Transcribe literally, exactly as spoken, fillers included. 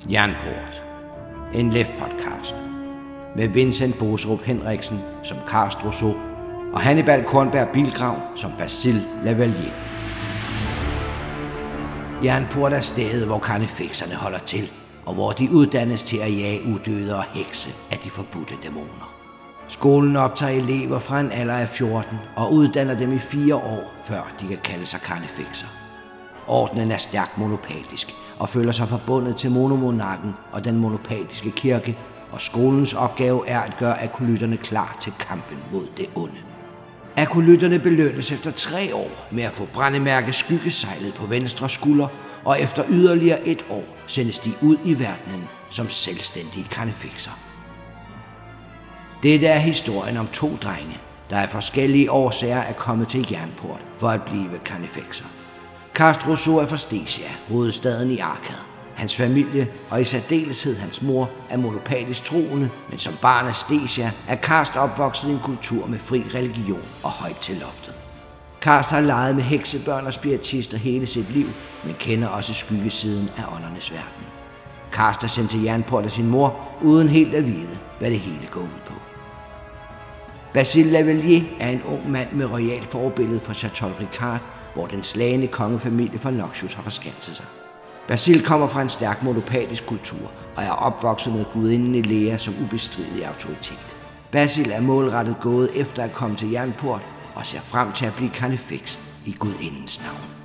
Jernport. En Lef-podcast. Med Vincent Boserup Henriksen som Karst Rousseau og Hannibal Kornberg Bilgrav som Basile Lavalier. Jernport er stedet, hvor karnefikserne holder til, og hvor de uddannes til at jage udøde og hekse af de forbudte dæmoner. Skolen optager elever fra en alder af fjorten og uddanner dem i fire år, før de kan kalde sig karnefikser. Ordenen er stærkt monopatisk og føler sig forbundet til monomonarken og den monopatiske kirke, og skolens opgave er at gøre akolytterne klar til kampen mod det onde. Akolytterne belønnes efter tre år med at få brændemærke skyggesejlet på venstre skulder, og efter yderligere et år sendes de ud i verdenen som selvstændige karnefikser. Dette er historien om to drenge, der af forskellige årsager er kommet til Jernport for at blive karnefikser. Karst Rousseau er fra Stesia, hovedstaden i Arkad. Hans familie, og i særdeleshed hans mor, er monopatisk troende, men som barn af Stesia er Karst opvokset i en kultur med fri religion og højt til loftet. Karst har leget med heksebørn og spiritister hele sit liv, men kender også skyggesiden af åndernes verden. Karst er sendt til Jernport af sin mor, uden helt at vide, hvad det hele går ud på. Basile Lavalier er en ung mand med royal forbillede fra Chateau Ricard, hvor den slagne kongefamilie fra Noxius har forskanset sig. Basile kommer fra en stærk monopatisk kultur og er opvokset med gudinden Elea som ubestridig autoritet. Basile er målrettet gået efter at komme til Jernport og ser frem til at blive karnefiks i gudindens navn.